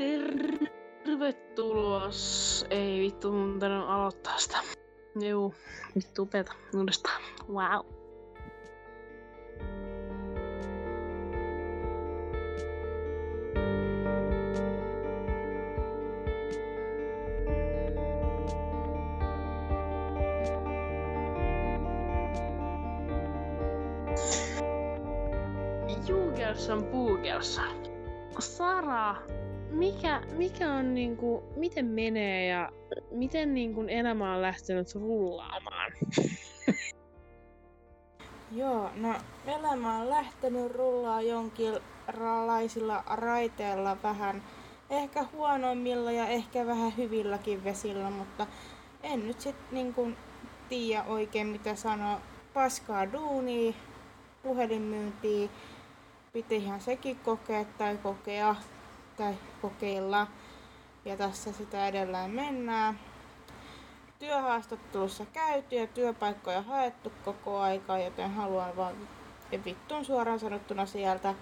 Tervetuloa. Ei vittu, mun tänään aloittaa sitä. Juu, vittu peta uudestaan. Wow. Juukelsan puukelsan. Sara, mikä on niinku, miten menee ja miten niinku elämä on lähtenyt rullaamaan? Joo, no elämä on lähtenyt rullaa jonkinlaisilla raiteilla vähän ehkä huonoimmilla ja ehkä vähän hyvilläkin vesillä, mutta en nyt sit niinku tiedä oikein mitä sanoa. Paskaa duunia, puhelinmyyntiä, pitihän sekin kokea tai kokea tai kokeilla ja tässä sitä edelleen mennään. Työhaastattelussa käyty ja työpaikkoja haettu koko aika, joten haluan vaan vittun suoraan sanottuna sieltä.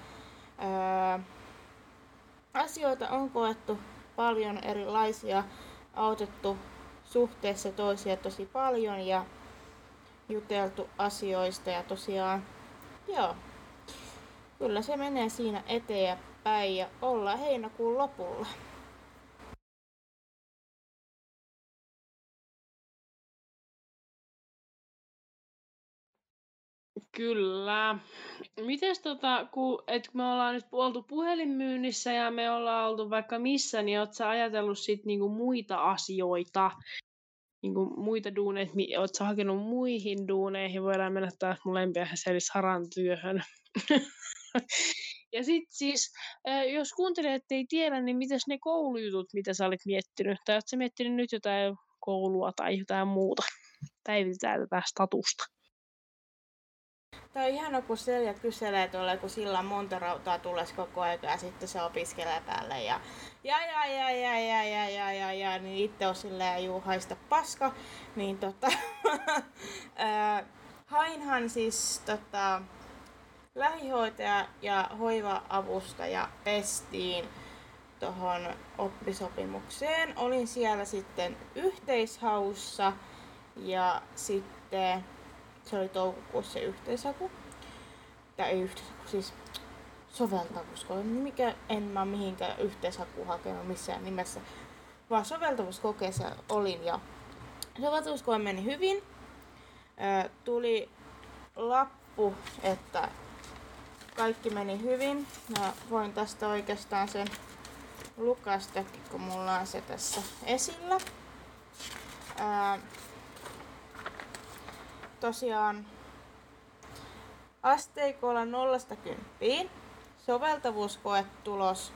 Asioita on koettu paljon erilaisia, autettu suhteessa toisia tosi paljon ja juteltu asioista ja tosiaan joo, kyllä se menee siinä eteenpäin ja ollaan heinäkuun lopulla. Kyllä. Mites kun me ollaan nyt oltu puhelinmyynnissä ja me ollaan oltu vaikka missä, niin oot sä ajatellut sit niinku muita asioita, niinku muita duuneita, oot sä hakenut muihin duuneihin, voidaan mennä taas molempia eli Saran työhön. Ja sit siis, jos kuuntelijat ei tiedä, niin mitäs ne koulujutut, mitä sä olit miettinyt? Tai oot sä miettinyt nyt jotain koulua tai jotain muuta? Päivitetään tätä statusta. Tää on ihana, kun Selja kyselee tuolle, kun sillä on monta rautaa tulles koko ajan ja sitten se opiskelee päälle ja niin itse on silleen juu haista paska. Niin hainhan siis lähihoitaja ja hoiva-avustaja pestiin tohon oppisopimukseen. Olin siellä sitten yhteishaussa ja sitten se oli toukokuussa se yhteishaku. Tai ei yhteishaku, siis soveltavuus. Mikä en mä mihinkään yhteishakuun hakenut missään nimessä. Vaan soveltavuuskokeessa olin ja soveltavuuskoe meni hyvin. Tuli lappu, että kaikki meni hyvin. Ja voin tästä oikeastaan sen lukastakin, kun mulla on se tässä esillä. Tosiaan asteikolla 0–10 soveltavuuskoetulos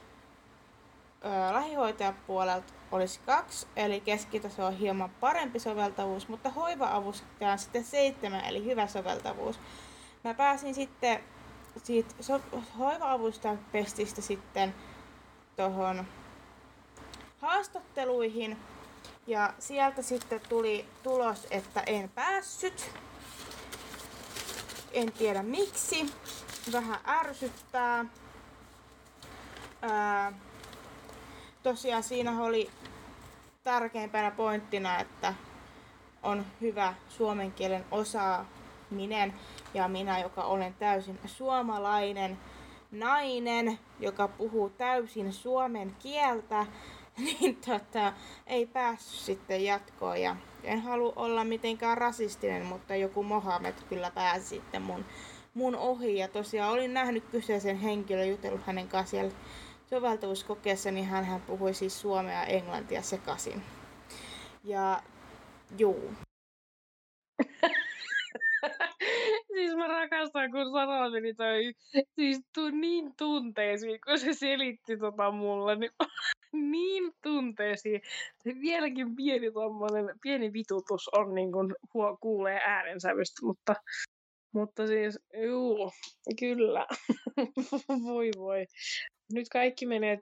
lähihoitajapuolelta olisi 2, eli keskitaso on hieman parempi soveltavuus, mutta hoiva-avustaja on sitten 7, eli hyvä soveltavuus. Mä pääsin sitten siitä hoiva-avustajan pestistä sitten tohon haastatteluihin. Ja sieltä sitten tuli tulos, että en päässyt. En tiedä miksi. Vähän ärsyttää. Tosiaan siinä oli tärkeimpänä pointtina, että on hyvä suomen kielen osaaminen. Ja minä, joka olen täysin suomalainen nainen, joka puhuu täysin suomen kieltä, niin ei päässyt sitten jatkoon ja en halua olla mitenkään rasistinen, mutta joku Mohamed kyllä pääsi sitten mun ohi ja tosiaan olin nähnyt kyseisen henkilön, jutellut hänen kanssaan siellä soveltavuuskokeessa, niin hän puhui siis suomea ja englantia sekaisin. Ja juu. Siis mä rakastan, kun Sara meni toi siis niin tunteisiin, kun se selitti mulle, niin tunteisiin. Vieläkin pieni vitutus on niin kuin kuulee äänensävystä, mutta siis juu, kyllä. Voi. Nyt kaikki menee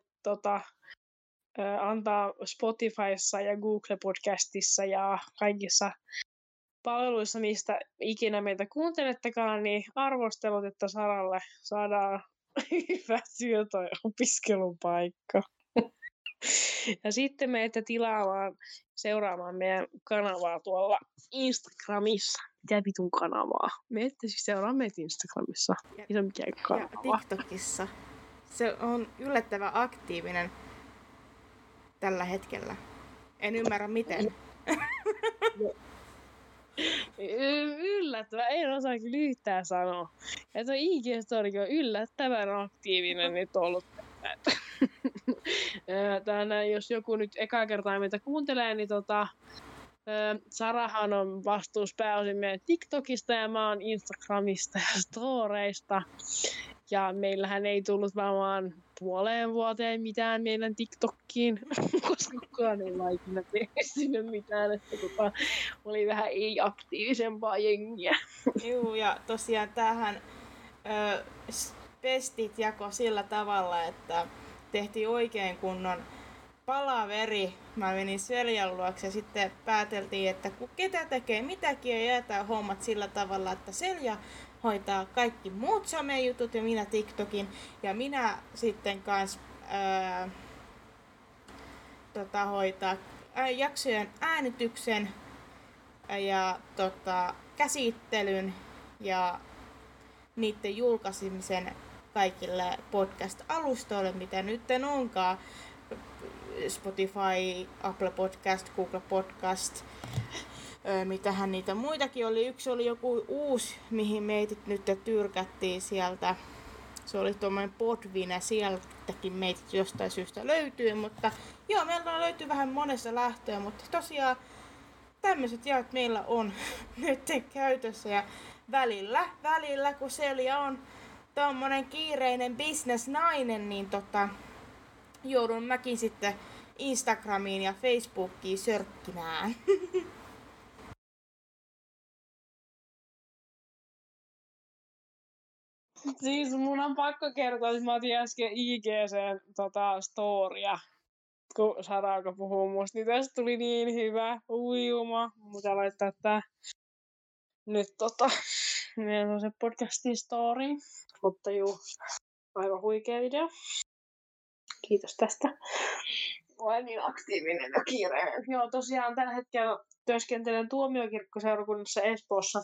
antaa Spotifyssa ja Google Podcastissa ja kaikissa palveluissa, mistä ikinä meitä kuuntelettekaan, niin arvostelut, että Saralle saadaan hyvä työ tai opiskelupaikka. Ja sitten meitä tilaamaan seuraamaan meidän kanavaa tuolla Instagramissa. Mitä vitun kanavaa? Meette siis seuraa meitä Instagramissa. Ei se ole mikään kanava. Ja TikTokissa. Se on yllättävän aktiivinen tällä hetkellä. En ymmärrä miten. Yllättävän, en osaa kyllä yhtään sanoa. Ja tuo IG-story on yllättävän aktiivinen nyt ollut. Tänään, jos joku nyt ekaa kertaa meitä kuuntelee, niin Sarahan on vastuus pääosin meidän TikTokista ja mä oon Instagramista ja storeista. Ja meillähän ei tullut varmaan puoleen vuoteen mitään meidän TikTokkiin, koska kukaan ei ole ikinä tehnyt sinne mitään, että oli vähän ei-aktiivisempaa jengiä. Juu, ja tosiaan tämähän pestit jako sillä tavalla, että tehtiin oikein kunnon palaveri. Mä menin Seljan luokse ja sitten pääteltiin, että kun ketä tekee mitäkin ja jätetään hommat sillä tavalla, että Selja hoitaa kaikki muut somejutut ja minä TikTokin. Ja minä sitten kans hoitaa jaksojen äänityksen ja käsittelyn ja niiden julkaisemisen kaikille podcast-alustoille, mitä nyt onkaan. Spotify, Apple Podcast, Google Podcast, mitähän niitä muitakin oli. Yksi oli joku uusi, mihin meitit nyt tyrkättiin sieltä. Se oli tuommoinen Podvine, sieltäkin meitit jostain syystä löytyy, mutta joo, meiltä löytyy vähän monessa lähtöä, mutta tosiaan tämmöiset jaot meillä on nyt käytössä ja välillä kun Selja on tommonen kiireinen bisnesnainen, niin joudun mäkin sitten Instagramiin ja Facebookiin sörkkimään. Siis mun on pakko kertoa, että mä otin äsken IGC:n storia, kun Sarako puhuu musta, niin tästä tuli niin hyvä ujuma. Mutta laittaa tää nyt meidän on se podcastin story. Mutta juu, aivan huikea video. Kiitos tästä. Olen niin aktiivinen ja kiireinen. Joo, tosiaan tällä hetkellä työskentelen tuomiokirkkoseurakunnassa Espoossa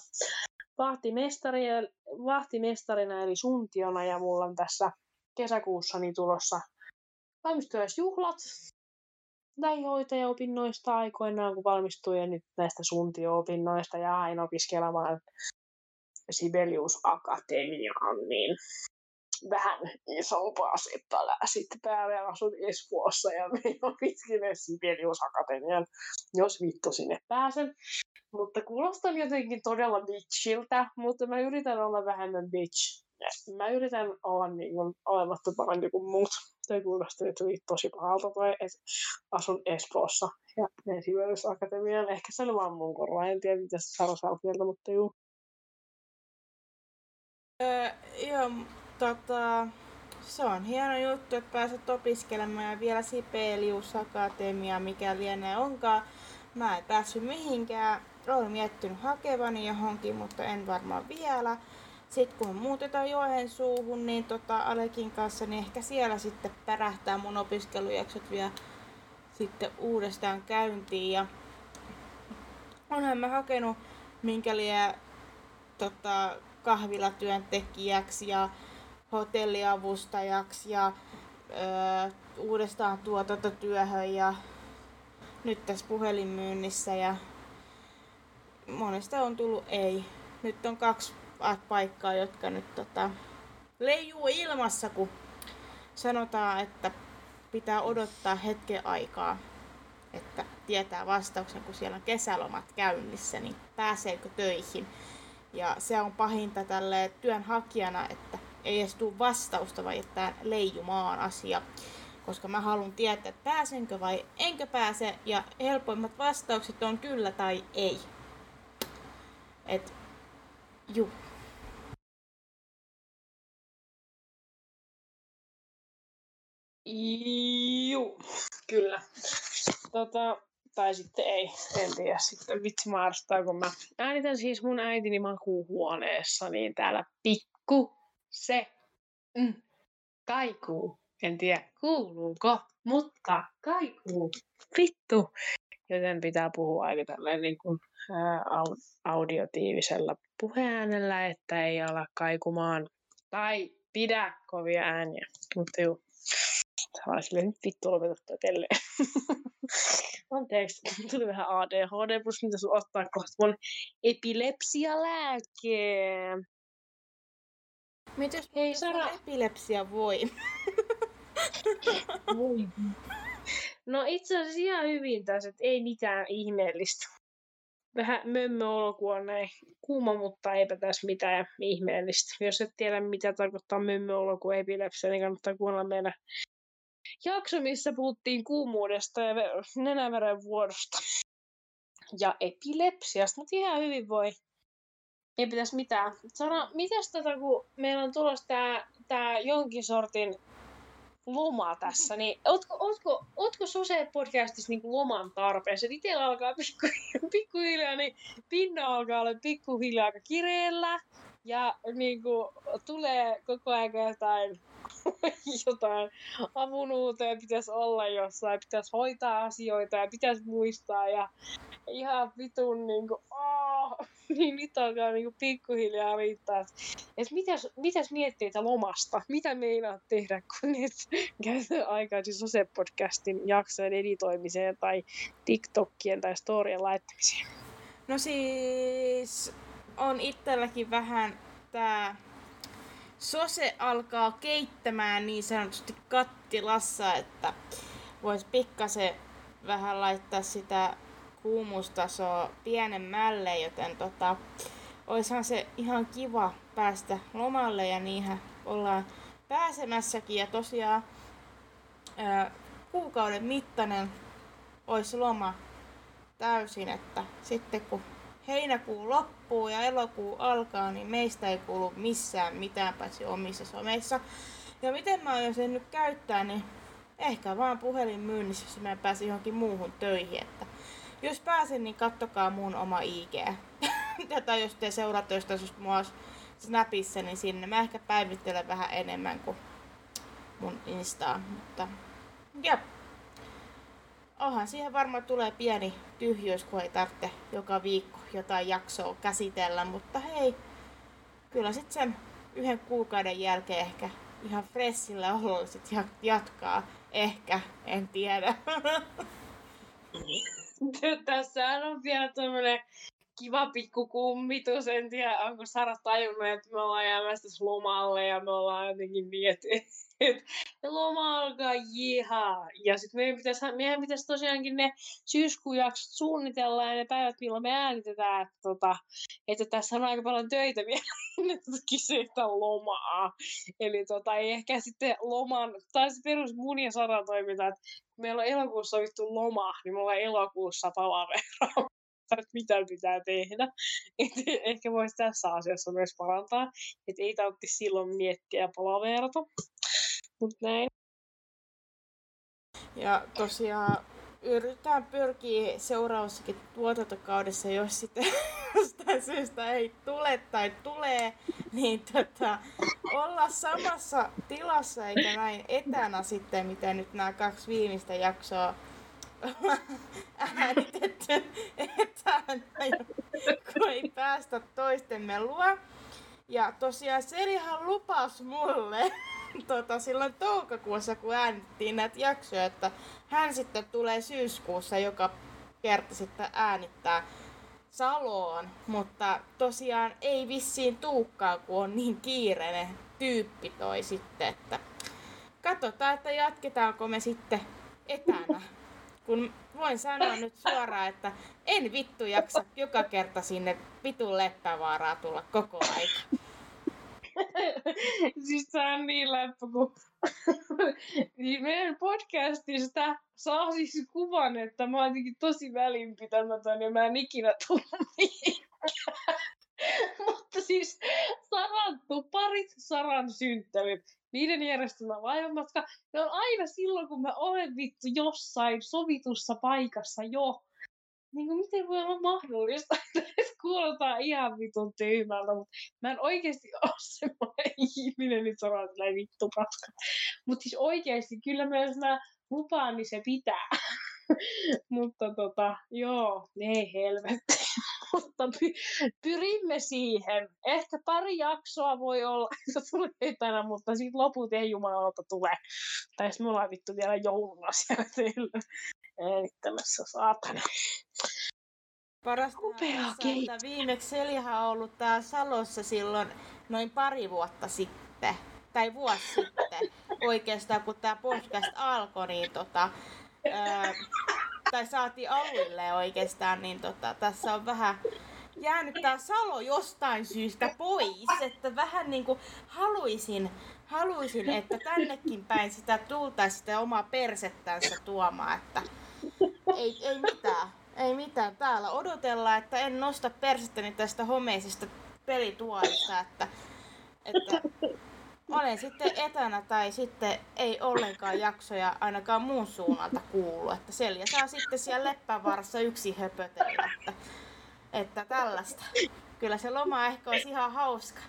vahtimestarina eli suntiona, ja mulla on tässä kesäkuussa niin tulossa valmistujaisjuhlat lähihoitajaopinnoista aikoinaan, kun valmistuin nyt näistä suntio-opinnoista ja hain opiskelemaan Sibelius Akatemiaan, niin vähän isompaa seppälää sitten päälle, asun Espoossa ja me opiskelen Sibelius Akatemian, jos vittu sinne pääsen. Mutta kuulostan jotenkin todella bitchiltä, mutta mä yritän olla vähemmän bitch. Mä yritän olla niin kuin olematta parempi kuin muut. Toi kuulostaa nyt tosi pahalta toi, että asun Espoossa ja menen Sibelius Akatemiaan. Ehkä se oli vaan mun korva, en tiedä mitä se Saro saa mieltä, mutta juu. Joo, se on hieno juttu, että pääset opiskelemaan ja vielä Sibelius Akatemia, mikä lienee onkaan. Mä en päässyt mihinkään. Olen miettinyt hakevani johonkin, mutta en varmaan vielä. Sitten kun muutetaan Joensuuhun, niin Alekin kanssa, niin ehkä siellä sitten pärähtää mun opiskelujaksot vielä sitten uudestaan käyntiin. Ja onhan mä hakenut minkä liian kahvilatyöntekijäksi ja hotelliavustajaksi ja uudestaan tuotantotyöhön ja nyt tässä puhelinmyynnissä ja monesta on tullut ei. Nyt on 2 paikkaa, jotka nyt leijuu ilmassa, kun sanotaan, että pitää odottaa hetken aikaa, että tietää vastauksen, kun siellä on kesälomat käynnissä, niin pääseekö töihin. Ja se on pahinta tälle työnhakijana, että ei edes tule vastausta, vai että leijumaan asia. Koska mä haluan tietää, että pääsenkö vai enkö pääse, ja helpoimmat vastaukset on kyllä tai ei. Et, juu. Juu, kyllä. Tai sitten ei, en tiedä sitten. Vitsi marstaa, kun mä äänitän siis mun äitini makuuhuoneessa, niin täällä pikku se kaikuu En tiedä kuuluuko, mutta kai kuuluu. Vittu. Joten pitää puhua aika tälleen niin kuin, audiotiivisellä puheäänellä, että ei ala kaikumaan tai pidä kovia ääniä. Mutta juu, sille nyt vittu lopetettua telleen. Anteeksi, tuli vähän ADHD, plus mitä sun ottaa kohta mun epilepsialääkkeen. Mites Hei Sara. Epilepsia voi? Voi. No itse asiassa ihan hyvin tässä, että ei mitään ihmeellistä. Vähän mömmöolku on näin kuuma, mutta eipä tässä mitään ihmeellistä. Jos et tiedä, mitä tarkoittaa mömmöolku epilepsia, niin kannattaa kuunnella meidän jakso, missä puhuttiin kuumuudesta ja nenäverenvuodosta ja epilepsiasta, mutta ihan hyvin voi. Ei pitäisi mitään. Sano, mitäs kun meillä on tulossa tää jonkin sortin loma tässä, niin ootko Sose-podcastissa niinku loman tarpeessa? Itsellä alkaa pikkuhiljaa, niin pinna alkaa olla pikkuhiljaa aika kireellä ja niinku tulee koko ajan jotain avunuuteen pitäisi olla jossain, pitäisi hoitaa asioita ja pitäisi muistaa ja ihan vitun niinku, niin nyt alkaa niinku pikkuhiljaa riittää. Et mitäs miettii lomasta? Mitä meinaat tehdä, kun et käytä aikaa siis Sose-podcastin jaksojen editoimiseen tai TikTokien tai storien laittamiseen? No siis on itselläkin vähän tää Sose alkaa keittämään niin sanotusti kattilassa, että vois pikkasen vähän laittaa sitä kuumuustasoa pienemmälle, joten oishan se ihan kiva päästä lomalle ja niinhän ollaan pääsemässäkin ja tosiaan kuukauden mittainen ois loma täysin, että sitten kun heinäkuu loppuu ja elokuu alkaa, niin meistä ei kuulu missään mitään paitsi omissa someissa. Ja miten mä aion sen nyt käyttää, niin ehkä vaan puhelinmyynnissä, jos mä pääsin johonkin muuhun töihin. Että jos pääsen, niin kattokaa mun oma IG. Tai jos te seuraatte jostain mua Snapissa, niin sinne mä ehkä päivittelen vähän enemmän kuin mun Instaa. Mutta jep. Onhan siihen varmaan tulee pieni tyhjyys, kun ei tarvitse joka viikko jotain jaksoa käsitellä, mutta hei, kyllä sit sen 1 kuukauden jälkeen ehkä ihan freshillä ololla sit jatkaa. Ehkä, en tiedä. Tässähän on vielä tämmönen kiva pikku kummitus. En tiedä, onko Sara tajunnut, että me ollaan jäämässä tässä lomalle ja me ollaan jotenkin niin, että loma alkaa, jihaa. Ja sit meidän pitäisi tosiaankin ne syyskuun jaksot suunnitella ja ne päivät, milloin me äänitetään. Että tässä on aika paljon töitä vielä ennen kyseistä lomaa. Eli ei ehkä sitten loman, tai se perus mun ja Saran toiminta, että kun meillä on elokuussa sovittu loma, niin me ollaan elokuussa palaveraa. Mitä pitää tehdä. Et ehkä voisi tässä asiassa myös parantaa. Että ei tarvitse silloin miettiä ja palaverata. Mut näin. Ja tosiaan yritetään pyrkiä seuraavassakin tuotantokaudessa, jos sitten jostain syystä ei tule tai tulee, niin olla samassa tilassa eikä näin etänä sitten, miten nyt nämä 2 viimeistä jaksoa äänitetty etänä, kun ei päästä toistemme luo. Ja tosiaan Selihan lupasi mulle silloin toukokuussa, kun äänittiin näitä jaksoja, että hän sitten tulee syyskuussa joka kerta sitten äänittää Saloon, mutta tosiaan ei vissiin tuukkaan, kun on niin kiireinen tyyppi toi sitten, että katsotaan, että jatketaanko me sitten etänä. Kun voin sanoa nyt suoraan, että en vittu jaksa joka kerta sinne vitun Leppävaaraa tulla koko aika. Siis tää on niin läppä, kun niin meidän podcastista saa siis kuvan, että mä oon jotenkin tosi välinpitämätön ja mä en ikinä tullut mihinkään. Mutta siis Saran tuparit, Saran synttärit, niiden järjestämä laivamatka, ne on aina silloin, kun mä olen vittu jossain sovitussa paikassa jo. Niinku miten voi olla mahdollista, että kuulostaa ihan vitun tyhmältä, mutta mä en oikeesti oo semmoinen ihminen, nyt sanon silleen vittu paska. Mut siis oikeesti, kyllä myös mä lupaan, niin se pitää. Mutta joo, ei helvetti. Mutta pyrimme siihen. Ehkä pari jaksoa voi olla, että tulee etänä, mutta sit loput ei jumalauta tule. Tai me ollaan vittu vielä joulun asioita erittämässä, saatana. Parasta tässä, että viimeksi Seljahan on ollut täällä Salossa silloin noin pari vuotta sitten. Tai vuosi sitten. Oikeastaan kun tää podcast alkoi, niin tai saatiin aluille oikeastaan, niin tässä on vähän jäänyt tää Salo jostain syystä pois. Että vähän niinku haluisin, että tännekin päin sitä tultaisi sitä omaa persettänsä tuomaan, että ei mitään. Täällä odotellaan, että en nosta persettäni tästä homeisesta pelituolista, että olen sitten etänä tai sitten ei ollenkaan jaksoja ainakaan muun suunnalta kuulu. Että Selja saa sitten siellä Leppävaarassa yksin höpötellä, että tällaista. Kyllä se loma ehkä olisi ihan hauska.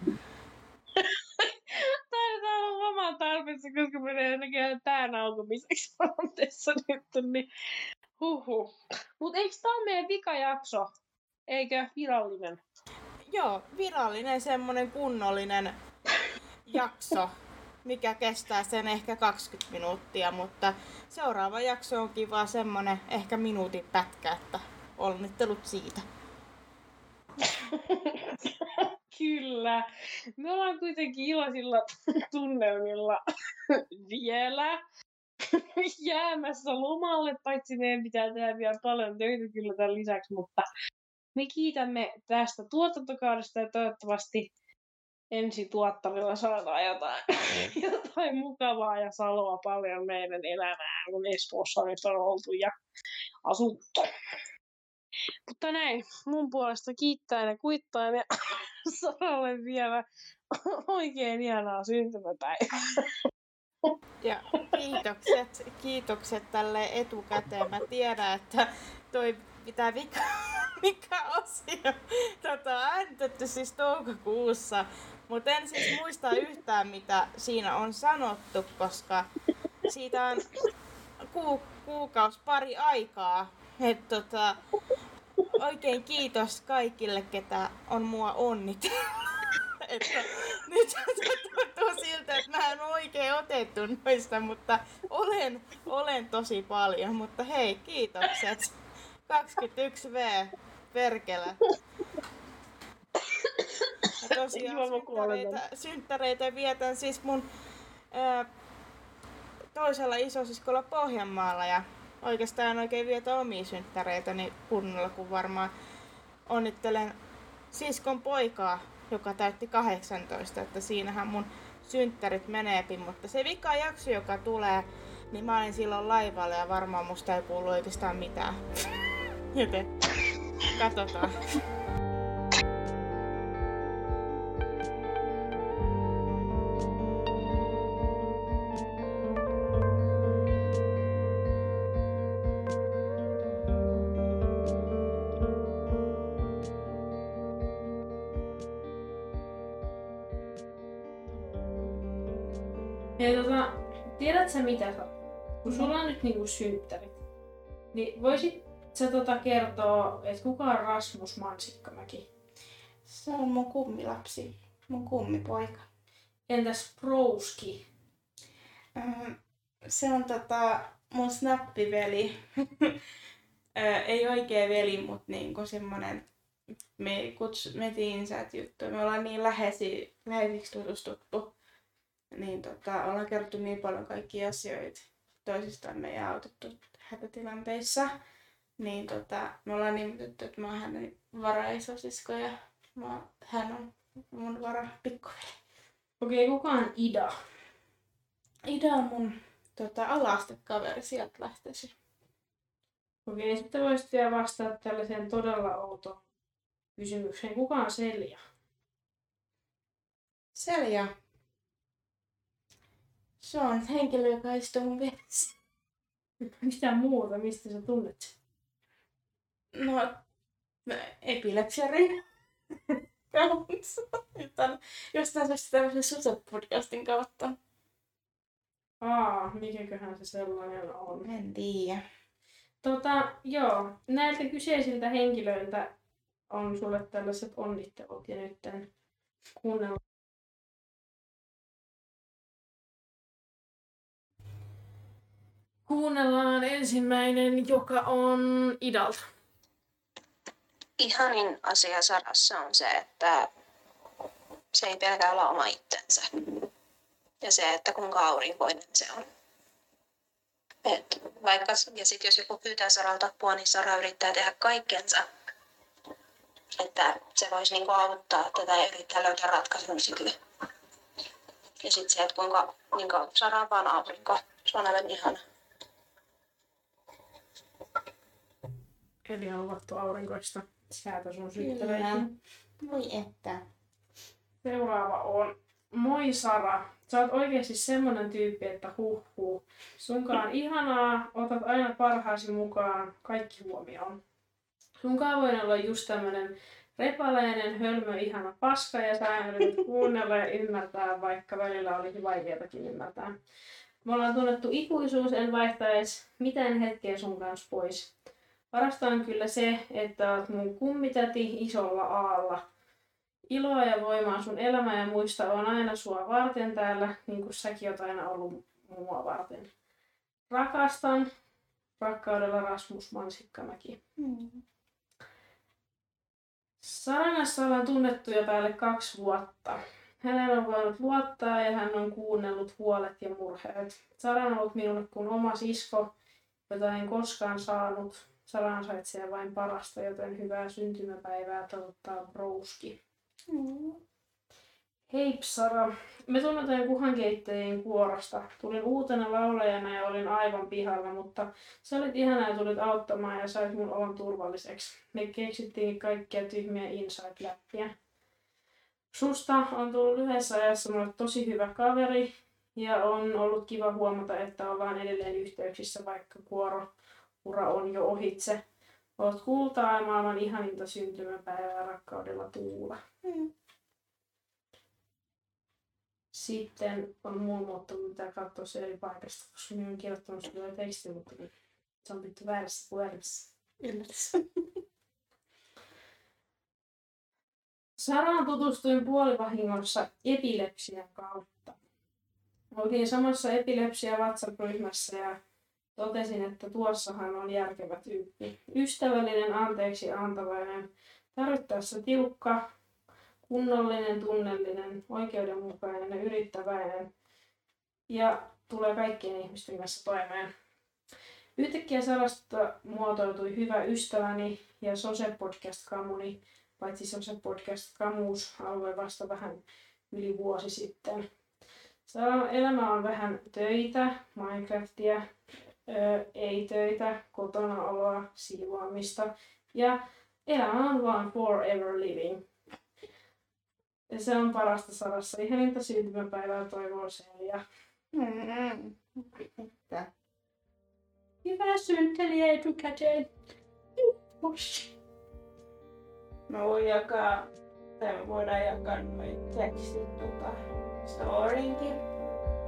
Taidetaan olla loman tarpeessa, koska menee näköjään tää naukomiseksi valteessa nyt, niin huhhuh. Mut eiks tää ole meidän vikajakso? Eikö virallinen? Joo, virallinen semmonen kunnollinen jakso, mikä kestää sen ehkä 20 minuuttia, mutta seuraava jakso onkin vaan semmonen ehkä minuutin pätkä, että onnittelut siitä. Kyllä. Me ollaan kuitenkin iloisilla tunnelmilla vielä jäämässä lomalle, paitsi meidän pitää tehdä vielä paljon töitä kyllä tämän lisäksi, mutta me kiitämme tästä tuotantokaudesta ja toivottavasti ensi tuottavilla saadaan jotain mukavaa ja Saloa paljon meidän elämään, kun Espoossa nyt on oltu ja asuttu. Mutta näin, mun puolesta kiittäen ja kuittaen ja Salolle vielä oikein ihanaa syntymäpäivää. Ja kiitokset tälle etukäteen. Mä tiedän, että toi mitä mikä asia äänitetty siis toukokuussa, mutta en siis muista yhtään mitä siinä on sanottu, koska siitä on kuukausi pari aikaa. Oikein kiitos kaikille, ketä on mua onnitellut. Että nyt tuntuu siltä, että mä en oikein otettu noista, mutta olen tosi paljon. Mutta hei, kiitokset. 21V, perkele. Ja tosiaan synttäreitä vietän siis mun toisella isosiskolla Pohjanmaalla ja oikeastaan en oikein vietä omia synttäreitäni kunnolla, kun varmaan onnittelen siskon poikaa, joka täytti 18, että siinähän mun synttärit meneepi, mutta se vika jakso, joka tulee, niin mä olin silloin laivalla ja varmaan musta ei kuulu oikeastaan mitään. Joten katsotaan. Hei, tiedätkö mitä sä? Kun sulla on nyt niinku synttärit, niin voisit sä kertoa, että kuka on Rasmus Mansikkamäki? Se on mun kummilapsi, mun kummipoika. Entäs Prouski? Se on mun snappiveli. Ei oikea veli, mutta niinku semmonen me tiinsät juttu. Me ollaan niin läheisiksi tutustuttu. Niin ollaan kerrottu niin paljon kaikkia asioita toisistamme ja autettu hätätilanteissa. Niin me ollaan nimitetty, että mä oon hänen varaisosisko ja hän on mun varapikkuveli. Okei, kuka on Ida? Ida on mun ala-astekaveri, sieltä lähtöisin. Okei, sitten voisit vielä vastata tällaiseen todella outoon kysymykseen. Kuka on Selja? Selja? Se on henkilö, joka istuu mun vieressä. Mitä muuta? Mistä sä tunnet? No, epilepsiari. Jostain syystä tämmöisen Suse-podcastin kautta. Mikäköhän se sellainen on? En tiedä. Joo, näiltä kyseisiltä henkilöiltä on sulle tällaiset onnittelut ja nyt kuunnellaan ensimmäinen, joka on Idalta. Ihanin asia Sarassa on se, että se ei pelkää olla oma itsensä. Ja se, että kuinka aurinkoinen se on. Ja sitten jos joku pyytää Saralta apua, niin Sara yrittää tehdä kaikkensa, että se voisi niinku auttaa tätä ja yrittää löytää ratkaisun sille. Ja sitten se, että kuinka niinku Sara on vaan aurinko. Se on aivan ihana. Eli on luvattu aurinkoista säätä sun syyttävöihin. Voi että. Seuraava on moi Sara. Sä oot oikeesti semmonen tyyppi, että huhhuh. Sunkaan on ihanaa, otat aina parhaasi mukaan, kaikki huomioon. Sunkaan voin olla just tämmönen repaleinen, hölmö, ihana paska ja sä aina yrität kuunnella ja ymmärtää, vaikka välillä olisi vaikeatakin ymmärtää. Me ollaan tunnettu ikuisuus, en vaihtaisi mitään hetkeä sun kanssa pois. Parasta on kyllä se, että oot mun kummitäti isolla aalla. Iloa ja voimaa sun elämä ja muista on aina sua varten täällä, niin kuin säkin oot aina ollut mua varten. Rakastan. Rakkaudella Rasmus Mansikkamäki. Saran kanssa ollaan tunnettu jo päälle 2 vuotta. Häneen on voinut luottaa ja hän on kuunnellut huolet ja murheet. Sara on ollut minulle kuin oma sisko, jota en koskaan saanut. Sara ansaitsee vain parasta, joten hyvää syntymäpäivää toivottaa Brouski. Hei Sara, me tunnetaan kuhankeittäjien kuorosta. Tulin uutena laulajana ja olin aivan pihalla, mutta sä olit ihana ja tulit auttamaan ja sait mun olon turvalliseksi. Me keksittiin kaikkia tyhmiä inside-läppiä. Susta on tullut lyhyessä ajassa mulle tosi hyvä kaveri ja on ollut kiva huomata, että ollaan edelleen yhteyksissä, vaikka kuoro-ura on jo ohitse. Oot kultaa ja maailman ihaninta syntymäpäivää rakkaudella Tuula. Sitten on muun muuttunut, mitä katsoa se eri paikasta, koska minä olen kirjoittanut sitä tekstiä, mutta se on pitty väärässä puhelimessa. Yllätys. Saraan tutustuin puolivahingossa epilepsian kautta. Oltiin samassa epilepsia WhatsApp-ryhmässä ja totesin, että tuossahan on järkevä tyyppi. Ystävällinen, anteeksi antavainen, tarvittaessa tiukka, kunnollinen, tunnellinen, oikeudenmukainen ja yrittäväinen ja tulee kaikkien ihmisten kanssa toimeen. Yhtäkkiä Sarasta muotoutui hyvä ystäväni ja Sose-podcast-kamuni, paitsi Sose-podcast-kamuus alkoi vasta vähän yli vuosi sitten. Saran elämä on vähän töitä, Minecraftia, ei-töitä, kotona oloa, siivoamista ja elämä on vaan forever living. Ja se on parasta Sarassa. Ihaninta syntymäpäivää toivoo Selja. Hyvää synteliä etukäteen. Mä voin jakaa, tai me voidaan jakaa noin tekstit storinkin.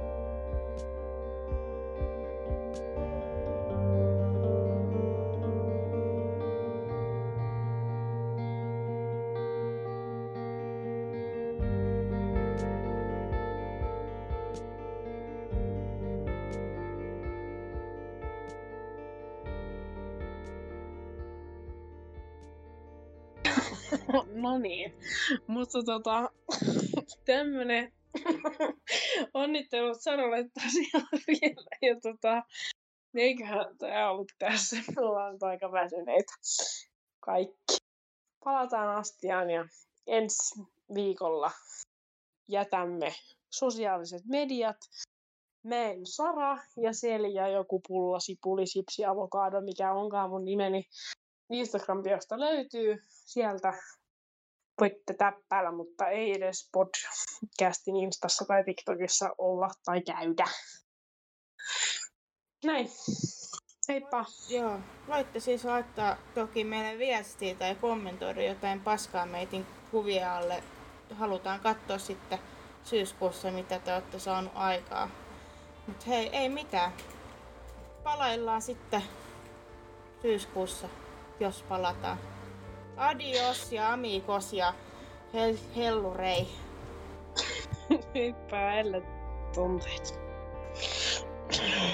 No niin, mutta tämmönen onnittelut Saralle tosiaan vielä. Ja eiköhän tää ollut tässä. Me ollaan nyt aika väsyneitä kaikki. Palataan astiaan ja ensi viikolla jätämme sosiaaliset mediat. Mä Sara ja Selja joku pulla, sipuli, sipsi, avokado, mikä onkaan mun nimeni. Instagram-biosta löytyy. Sieltä voitte täppäillä, mutta ei edes podcastin Instassa tai TikTokissa olla tai käydä. Näin. Heippa! Joo, voitte siis laittaa toki meille viestiä tai kommentoida jotain paskaa meitin kuvia alle. Halutaan katsoa sitten syyskuussa, mitä te olette saanut aikaa. Mut hei, ei mitään. Palaillaan sitten syyskuussa, jos palataan. Adios ja amigos ja hellurei. Heippa, elle tunteet.